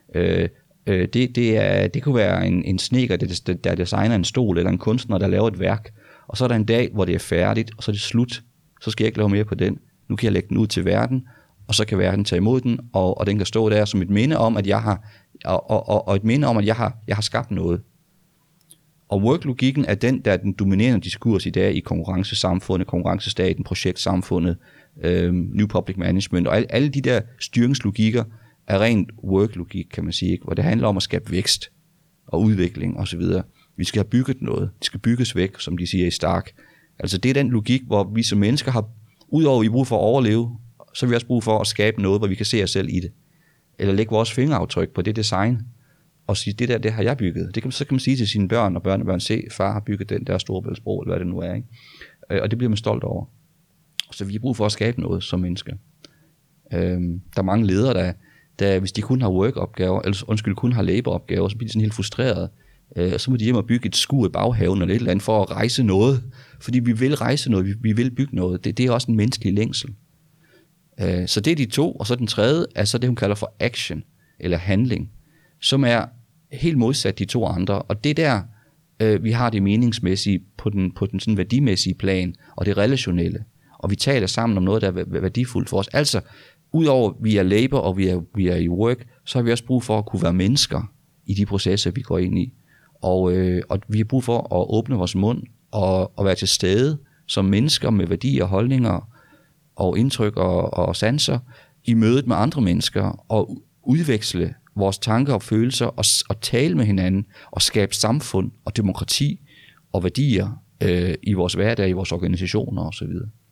Det kunne være en snedker, der designer en stol, eller en kunstner, der laver et værk, og så er der en dag, hvor det er færdigt, og så er det slut. Så skal jeg ikke lave mere på den. Nu kan jeg lægge den ud til verden, og så kan verden tage imod den, og den kan stå der som et minde om, at jeg har, og et minde om, at jeg har skabt noget. Og work-logikken er den, der er den dominerende diskurs i dag i konkurrencesamfundet, konkurrencestaten, projektsamfundet, New Public Management, og alle de der styringslogikker er rent work-logik, kan man sige, ikke? Hvor det handler om at skabe vækst og udvikling osv. Vi skal have bygget noget. Det skal bygges væk, som de siger i Stark. Altså det er den logik, hvor vi som mennesker har, udover at vi har brug for at overleve, så har vi også brug for at skabe noget, hvor vi kan se os selv i det. Eller lægge vores fingeraftryk på det design, og sige, det har jeg bygget. Så kan man sige til sine børn og børnebørn, se, far har bygget den der Storebæltsbro, eller hvad det nu er. Ikke? Og det bliver man stolt over. Så vi har brug for at skabe noget som mennesker. Der er mange ledere, der hvis de kun har work-opgaver, eller kun har labor-opgaver, så bliver de sådan helt frustrerede. Så må de hjem og bygge et skur i baghaven eller et eller andet for at rejse noget. Fordi vi vil rejse noget, vi vil bygge noget. Det er også en menneskelig længsel. Så det er de to, og så den tredje er så det, hun kalder for action, eller handling, som er helt modsat de to andre. Og det der, vi har det meningsmæssige på den sådan værdimæssige plan, og det relationelle. Og vi taler sammen om noget, der er værdifuldt for os. Altså, udover vi er labor, og vi er i work, så har vi også brug for at kunne være mennesker i de processer, vi går ind i. Og vi har brug for at åbne vores mund og være til stede som mennesker med værdier, holdninger og indtryk og sanser i mødet med andre mennesker og udveksle vores tanker og følelser og tale med hinanden og skabe samfund og demokrati og værdier i vores hverdag, i vores organisationer osv.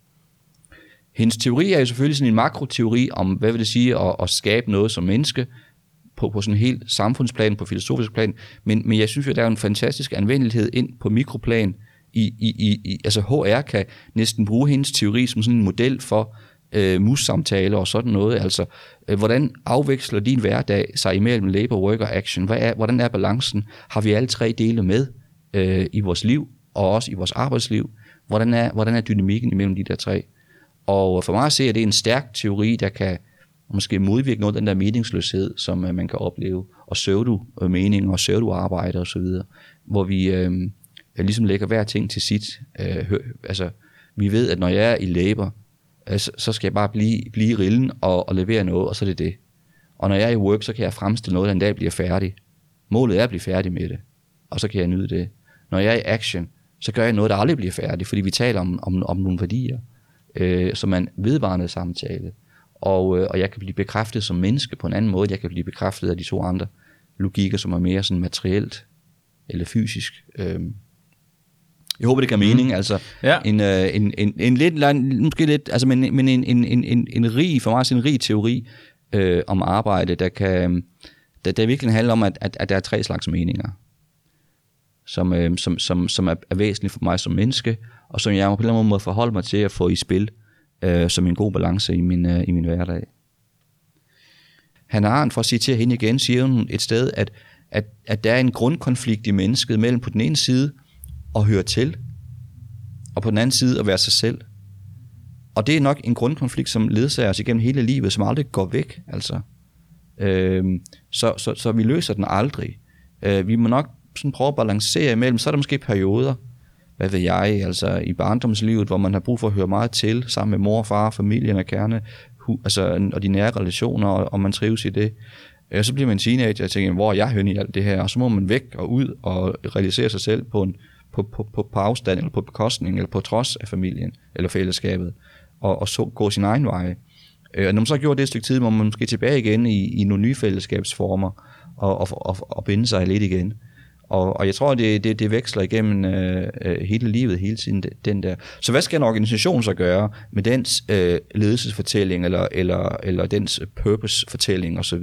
Hendes teori er jo selvfølgelig sådan en makroteori om, hvad vil det sige at skabe noget som menneske på sådan en helt samfundsplan, på filosofisk plan, men jeg synes jo, der er en fantastisk anvendelighed ind på mikroplan. Altså HR kan næsten bruge hendes teori som sådan en model for mus-samtaler og sådan noget. Altså, hvordan afveksler din hverdag sig imellem labor, work og action? Hvordan er balancen? Har vi alle tre dele med i vores liv, og også i vores arbejdsliv? Hvordan er dynamikken imellem de der tre? Og for mig at se, at det er en stærk teori, der kan måske modvirke noget af den der meningsløshed, som man kan opleve, og pseudo-mening og pseudo-arbejde og så videre, hvor vi ligesom lægger hver ting til sit. Altså, vi ved, at når jeg er i labor, så skal jeg bare blive i rillen og levere noget, og så er det det. Og når jeg er i work, så kan jeg fremstille noget, der en dag bliver færdig. Målet er at blive færdig med det, og så kan jeg nyde det. Når jeg er i action, så gør jeg noget, der aldrig bliver færdigt, fordi vi taler om nogle værdier, som er en vedvarende samtale. Og jeg kan blive bekræftet som menneske på en anden måde. Jeg kan blive bekræftet af de to andre logikker, som er mere sådan materielt eller fysisk. Jeg håber, det kan mening. Altså ja. En lidt, måske lidt, altså men en rig, for mig en rig teori om arbejde, der virkelig handler om, at der er tre slags meninger, som er væsentlige for mig som menneske, og som jeg på en eller anden måde forholde mig til at få i spil som en god balance i min hverdag. Hannah Arendt, for at citere hende igen, siger hun et sted, at der er en grundkonflikt i mennesket mellem på den ene side at høre til, og på den anden side at være sig selv. Og det er nok en grundkonflikt, som ledsager os igennem hele livet, som aldrig går væk. Altså. Så vi løser den aldrig. Vi må nok sådan prøve at balancere imellem. Så er der måske perioder, hvad ved jeg, altså i barndomslivet, hvor man har brug for at høre meget til, sammen med mor og far, familien og kerne, altså, og de nære relationer, og man trives i det. Så bliver man en teenager og tænker, hvor er jeg henne i alt det her? Og så må man væk og ud og realisere sig selv på afstand, eller på bekostning, eller på trods af familien, eller fællesskabet, og så gå sin egen vej. Og når man så gjorde det et stykke tid, må man måske tilbage igen i nogle nye fællesskabsformer, og binde sig lidt igen. Og jeg tror, det veksler igennem hele livet, hele tiden, den der. Så hvad skal en organisation så gøre med dens ledelsesfortælling, eller dens purpose-fortælling osv.?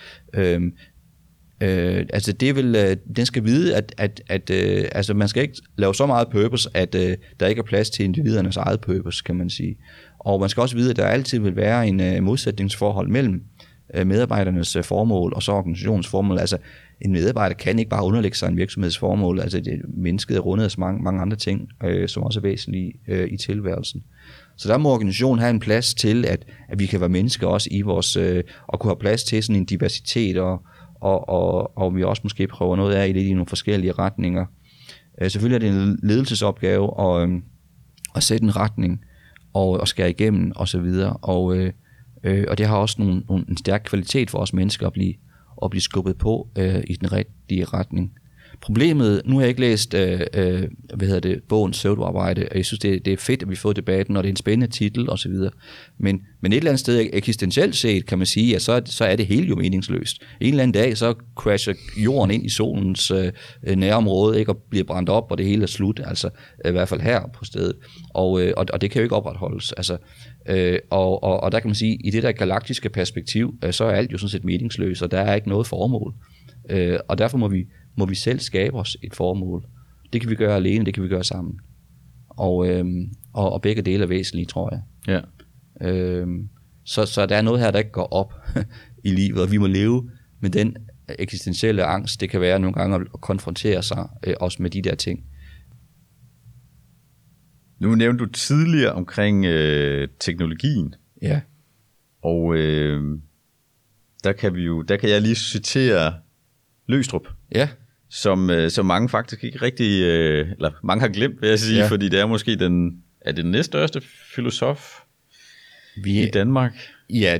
Altså det vil, den skal vide, at altså man skal ikke lave så meget purpose, at der ikke er plads til individernes eget purpose, kan man sige. Og man skal også vide, at der altid vil være en modsætningsforhold mellem medarbejdernes formål og så organisationens formål. Altså en medarbejder kan ikke bare underlægge sig en virksomheds formål. Altså mennesket er rundet af så mange andre ting, som også er væsentlige i tilværelsen. Så der må organisationen have en plads til, at vi kan være mennesker også i vores, og kunne have plads til sådan en diversitet, og vi også måske prøver noget af i nogle forskellige retninger. Selvfølgelig er det en ledelsesopgave at sætte en retning og skære igennem og så videre. Og det har også en stærk kvalitet for os mennesker at blive skubbet på i den rigtige retning. Problemet, nu har jeg ikke læst bogen Pseudoarbejde, og jeg synes, det er fedt, at vi får debatten, og det er en spændende titel osv. Men et eller andet sted eksistentielt set, kan man sige, at så er det hele jo meningsløst. En eller anden dag, så crasher jorden ind i solens nærområde, ikke, og bliver brændt op, og det hele er slut, altså i hvert fald her på stedet. Og det kan jo ikke opretholdes. Altså, og der kan man sige, i det der galaktiske perspektiv, så er alt jo sådan set meningsløst, og der er ikke noget formål. Og derfor må vi selv skabe os et formål. Det kan vi gøre alene, det kan vi gøre sammen. Og begge dele er væsentlige, tror jeg. Ja. Så der er noget her, der ikke går op i livet, og vi må leve med den eksistentielle angst, det kan være nogle gange at konfrontere sig også med de der ting. Nu nævnte du tidligere omkring teknologien. Ja. Og der kan jeg lige citere Løgstrup. Ja. Som mange faktisk ikke rigtig, eller mange har glemt, vil jeg sige, ja. Fordi det er måske den næststørste filosof i Danmark. Ja,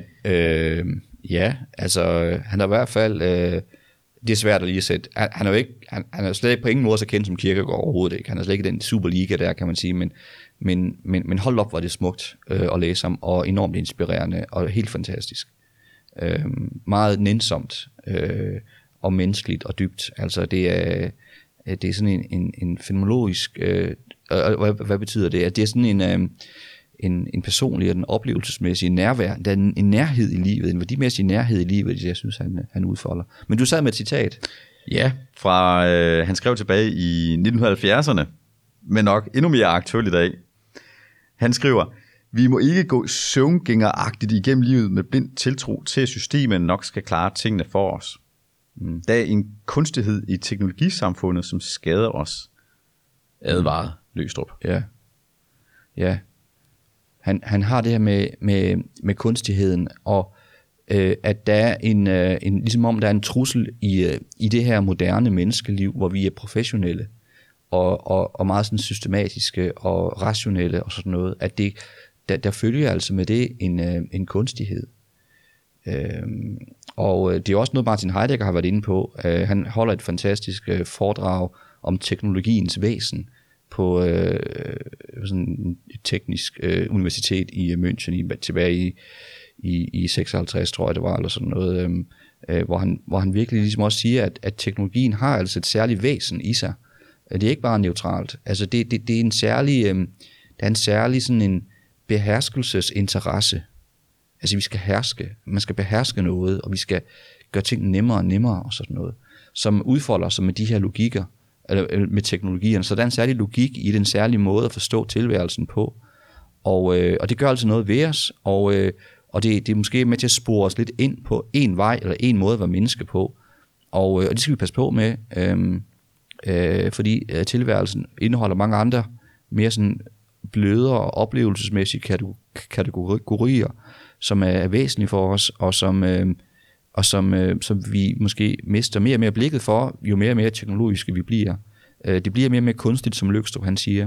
altså han er i hvert fald, det er svært at lige sætte, han er slet ikke på ingen måde så kendt som Kierkegaard overhovedet ikke, han er slet ikke den superliga der, kan man sige, men hold op, hvor det smukt at læse om, og enormt inspirerende, og helt fantastisk. Meget nænsomt, og menneskeligt og dybt. Altså det er sådan en fenomenologisk, hvad betyder det? Det er sådan en personlig og den oplevelsesmæssige nærvær. Der er en nærhed i livet, en værdimæssig nærhed i livet, jeg synes, han udfolder. Men du sad med et citat. Ja, fra han skrev tilbage i 1970'erne, men nok endnu mere aktuelt i dag. Han skriver: Vi må ikke gå søvngængeragtigt igennem livet med blind tiltro til, at systemet nok skal klare tingene for os. Der er en kunstighed i teknologisamfundet, som skader os, advaret Løgstrup. Ja. Han har det her med kunstigheden, og at der er en ligesom om der er en trussel i det her moderne menneskeliv, hvor vi er professionelle og meget sådan systematiske og rationelle og sådan noget, at det der følger altså med det en kunstighed. Og det er også noget, Martin Heidegger har været inde på. Han holder et fantastisk foredrag om teknologiens væsen på sådan et teknisk universitet i München tilbage i 56, tror jeg det var, eller sådan noget, hvor han virkelig ligesom også siger, at teknologien har altså et særligt væsen i sig. Det er ikke bare neutralt. Altså det er en særlig, der er en særlig sådan en beherskelsesinteresse. Altså vi skal man skal beherske noget, og vi skal gøre ting nemmere og nemmere og sådan noget, som udfolder sig med de her logikker, eller med teknologierne. Så der er en særlig logik i den særlige måde at forstå tilværelsen på, og det gør altså noget ved os, og det er måske med til at spore os lidt ind på en vej, eller en måde at være menneske på, og det skal vi passe på med, fordi tilværelsen indeholder mange andre mere sådan blødere oplevelsesmæssige kategorier, som er væsentlige for os, og som vi måske mister mere og mere blikket for, jo mere og mere teknologiske vi bliver. Det bliver mere og mere kunstigt, som Løgstrup han siger,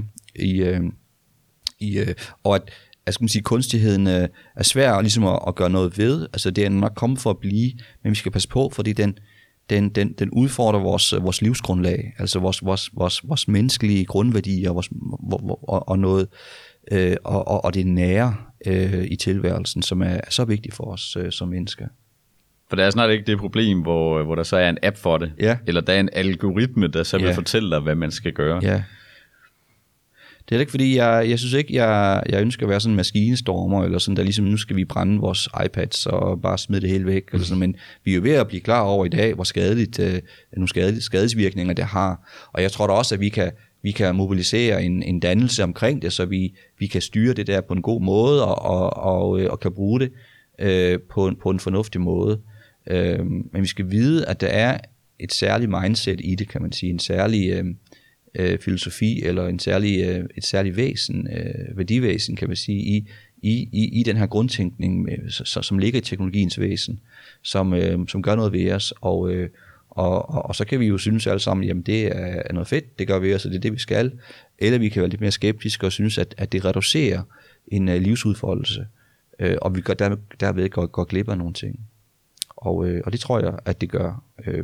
og at skal man sige, kunstigheden er svær ligesom at gøre noget ved. Altså det er nok kommet for at blive, men vi skal passe på, fordi den udfordrer vores livsgrundlag, altså vores menneskelige grundværdier og noget og det nære i tilværelsen, som er så vigtigt for os som mennesker. For der er snart ikke det problem, hvor der så er en app for det, eller der er en algoritme, der så vil fortælle dig, hvad man skal gøre. Ja. Det er ikke fordi, jeg synes ikke, jeg ønsker at være sådan en maskinestormer, eller sådan der ligesom, nu skal vi brænde vores iPads og bare smide det hele væk, eller sådan, men vi er jo ved at blive klar over i dag, hvor nogle skadesvirkninger det har, og jeg tror da også, at vi kan mobilisere en dannelse omkring det, så vi kan styre det der på en god måde, og kan bruge det på en fornuftig måde. Men vi skal vide, at der er et særligt mindset i det, kan man sige, en særlig filosofi, eller et særligt væsen, værdivæsen, kan man sige, i den her grundtænkning, som ligger i teknologiens væsen, som gør noget ved os, og så kan vi jo synes alle sammen, jamen det er noget fedt, det gør vi os, og det er det, vi skal, eller vi kan være lidt mere skeptiske og synes, at det reducerer en livsudfoldelse, og vi derved går glip af nogle ting. Og det tror jeg, at det gør.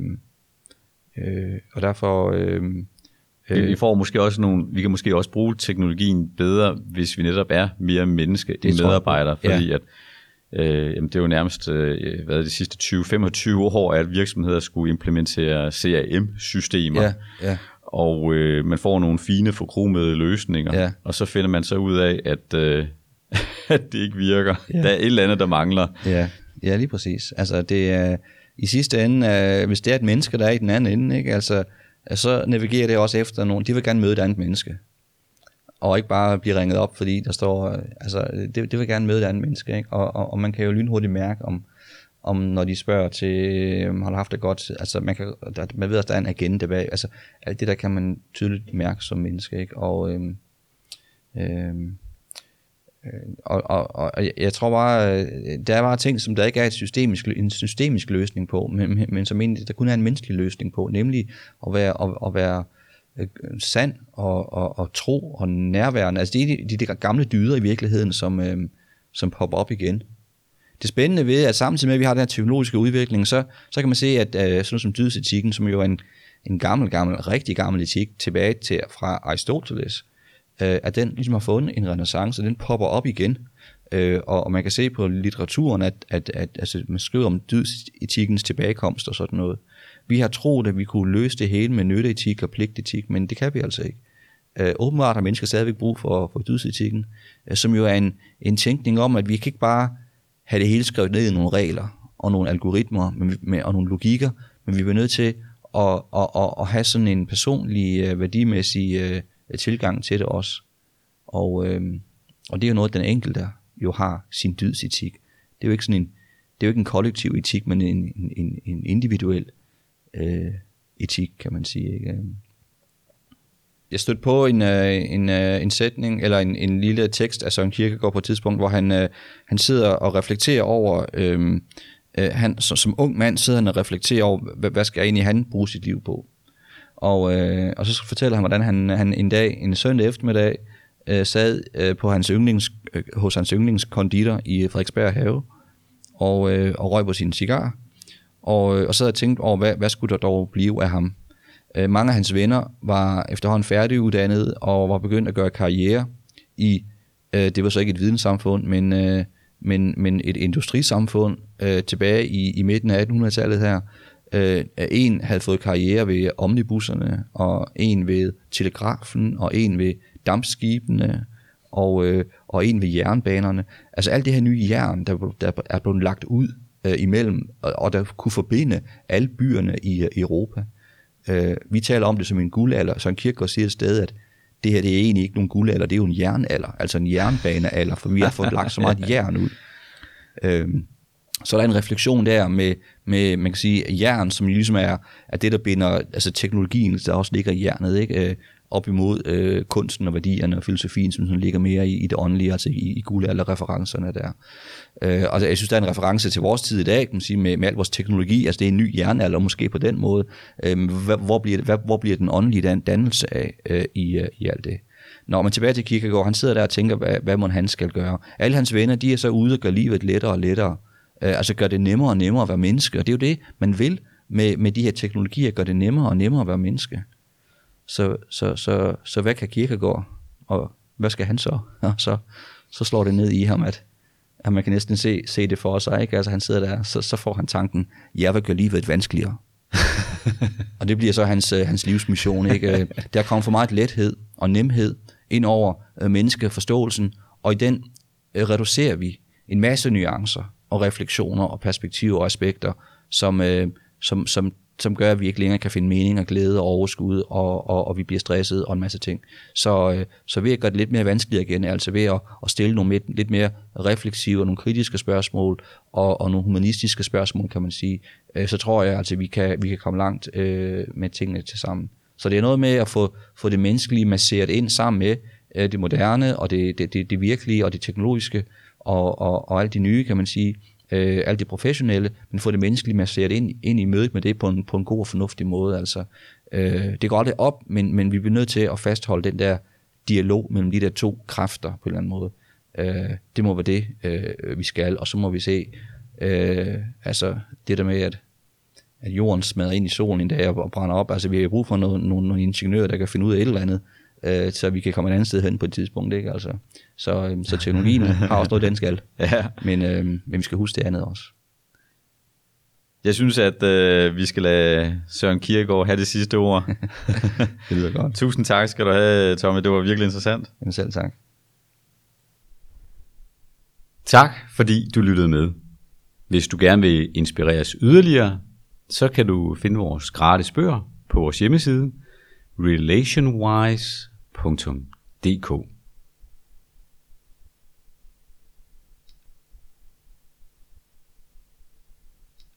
Og derfor... Vi får måske også vi kan måske også bruge teknologien bedre, hvis vi netop er mere menneske end medarbejdere, fordi at det er jo nærmest de sidste 20-25 år, at virksomheder skulle implementere CRM-systemer, og man får nogle fine forkromede løsninger, og så finder man så ud af, at det ikke virker. Der er et eller andet, der mangler. Ja, lige præcis. Altså det er i sidste ende, hvis det er et menneske, der er i den anden ende, ikke? Altså så navigerer det også efter nogen. De vil gerne møde et andet menneske, og ikke bare blive ringet op, fordi der står, altså det vil gerne møde et andet menneske, ikke? Og man kan jo lynhurtigt mærke, om når de spørger til, har du haft det godt, altså man ved, at der er en agenda bag, altså alt det der kan man tydeligt mærke som menneske, ikke? Og jeg tror bare, der er bare ting, som der ikke er en systemisk løsning på, men som egentlig der kun er en menneskelig løsning på, nemlig at være sand og tro og nærværende. Altså det er de gamle dyder i virkeligheden, som popper op igen. Det spændende ved, at samtidig med, at vi har den her teknologiske udvikling, så kan man se, at sådan som dydsetikken, som jo er en rigtig gammel etik, tilbage til fra Aristoteles, at den ligesom har fundet en renæssance, og den popper op igen. Og man kan se på litteraturen, at altså, man skriver om dydsetikkens tilbagekomst og sådan noget. Vi har troet, at vi kunne løse det hele med nytteetik og pligtetik, men det kan vi altså ikke. Åbenbart har mennesker stadigvæk brug for dydsetikken, som jo er en tænkning om, at vi kan ikke bare have det hele skrevet ned i nogle regler og nogle algoritmer og nogle logikker, men vi er nødt til at have sådan en personlig, værdimæssig tilgang til det også. Og det er jo noget, den enkelte jo har sin dydsetik. Det er jo ikke sådan en kollektiv etik, men en individuel etik, kan man sige, ikke? Jeg stødte på en sætning, eller en lille tekst af Søren Kierkegaard på et tidspunkt, hvor han sidder og reflekterer over, han som ung mand sidder han og reflekterer over, hvad skal egentlig han bruge sit liv på. Og så fortæller han, hvordan han en søndag eftermiddag sad på hos hans yndlingskonditor i Frederiksberg Have, og røg på sin cigar, og sad og tænkte over, hvad skulle der dog blive af ham. Mange af hans venner var efterhånden færdiguddannede og var begyndt at gøre karriere i, det var så ikke et videnssamfund, men et industrisamfund tilbage i midten af 1800-tallet her. En havde fået karriere ved omnibusserne, og en ved telegrafen, og en ved dampskibene, og en ved jernbanerne. Altså alt det her nye jern, der er blevet lagt ud imellem, og der kunne forbinde alle byerne i Europa. Vi taler om det som en guldalder. Søren Kierkegaard siger et sted, at det her det er egentlig ikke nogen guldalder, det er jo en jernalder, altså en jernbanealder, for vi har fået lagt så meget jern ud. Så der er en refleksion der med man kan sige, jern, som ligesom er det, der binder, altså teknologien, der også ligger i jernet, ikke? op imod kunsten og værdierne og filosofien, som ligger mere i det åndelige, altså i guldalderreferencerne der. Og jeg synes, der er en reference til vores tid i dag, kan man sige, med al vores teknologi, altså det er en ny jernalder måske på den måde. Hvor bliver den åndelige dannelse af i alt det? Når man tilbage til Kierkegaard, han sidder der og tænker, hvad må han skal gøre. Alle hans venner, de er så ude og gør livet lettere og lettere. Altså gør det nemmere og nemmere at være menneske, og det er jo det, man vil med de her teknologier, gør det nemmere og nemmere at være menneske. Så hvad kan Kierkegaard, og hvad skal han så? Ja, så slår det ned i ham, at man kan næsten se det for sig, ikke? Altså han sidder der, så får han tanken, jeg vil gøre livet vanskeligere. Og det bliver så hans livsmission, ikke? Der kommer for meget lethed og nemhed ind over menneskeforståelsen, og i den reducerer vi en masse nuancer og refleksioner og perspektiver og aspekter, som gør, at vi ikke længere kan finde mening og glæde og overskud, og vi bliver stresset og en masse ting. Så ved at gøre det lidt mere vanskeligt igen, altså ved at stille nogle lidt mere refleksive og nogle kritiske spørgsmål, og nogle humanistiske spørgsmål, kan man sige, så tror jeg, altså, vi kan komme langt med tingene til sammen. Så det er noget med at få det menneskelige masseret ind sammen med det moderne, og det virkelige, og det teknologiske, og alt det nye, kan man sige, alt det professionelle, men få det menneskelige masseret ind i mødet med det på en god og fornuftig måde. Altså, det går aldrig op, men vi bliver nødt til at fastholde den der dialog mellem de der to kræfter på en eller anden måde. Det må være det, vi skal, og så må vi se, altså det der med, at jorden smadrer ind i solen en dag og brænder op. Altså vi har brug for nogle ingeniører, der kan finde ud af et eller andet, så vi kan komme et andet sted hen på et tidspunkt, ikke? Altså, så teknologien har også noget, den skal. Ja. Men vi skal huske det andet også. Jeg synes, at vi skal lade Søren Kierkegaard have det sidste ord. Det lyder godt. Tusind tak skal du have, Tommy. Det var virkelig interessant. Jamen selv tak. Tak, fordi du lyttede med. Hvis du gerne vil inspireres yderligere, så kan du finde vores gratis bøger på vores hjemmeside relationwise.dk.